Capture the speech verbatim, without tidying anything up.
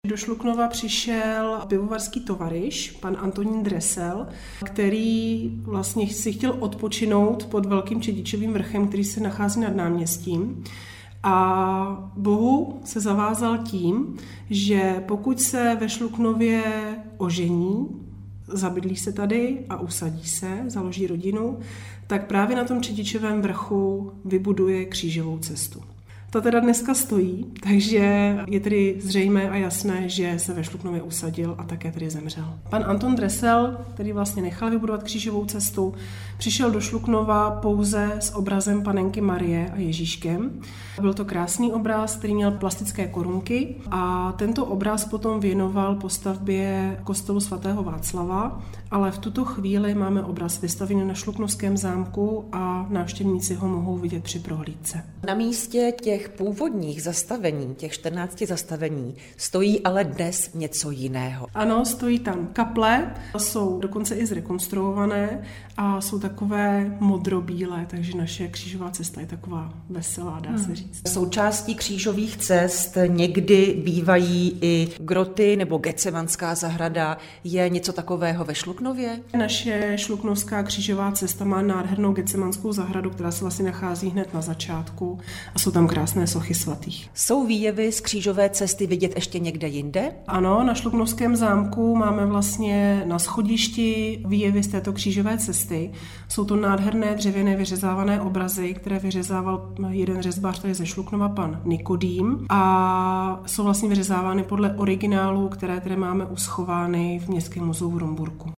Do Šluknova přišel pivovarský tovaryš, pan Antonín Dressel, který vlastně si chtěl odpočinout pod Velkým Čedičovým vrchem, který se nachází nad náměstím. A Bohu se zavázal tím, že pokud se ve Šluknově ožení, zabydlí se tady a usadí se, založí rodinu, tak právě na tom Čedičovém vrchu vybuduje křížovou cestu. Ta teda dneska stojí, takže je tedy zřejmé a jasné, že se ve Šluknově usadil a také tedy zemřel. Pan Anton Dressel, který vlastně nechal vybudovat křížovou cestu, přišel do Šluknova pouze s obrazem Panenky Marie a Ježíškem. Byl to krásný obraz, který měl plastické korunky a tento obraz potom věnoval postavbě kostelu svatého Václava, ale v tuto chvíli máme obraz vystavený na Šluknovském zámku a návštěvníci ho mohou vidět při prohlídce. Na místě těch původních zastavení, těch čtrnácti zastavení, stojí ale dnes něco jiného. Ano, stojí tam kaple, jsou dokonce i zrekonstruované a jsou takové modrobílé, takže naše křížová cesta je taková veselá, dá se říct. Součástí křížových cest někdy bývají i groty nebo Getsemanská zahrada. Je něco takového ve Šluknově? Naše šluknovská křížová cesta má nádhernou Getsemanskou zahradu, která se vlastně nachází hned na začátku a jsou tam krásné sochy svatých. Jsou výjevy z křížové cesty vidět ještě někde jinde? Ano, na Šluknovském zámku máme vlastně na schodišti výjevy z této křížové cesty. Jsou to nádherné dřevěné vyřezávané obrazy, které vyřezával jeden řezbář tady ze Šluknova, pan Nikodým, a jsou vlastně vyřezávány podle originálů, které tady máme uschovány v Městském muzeu v Rumburku.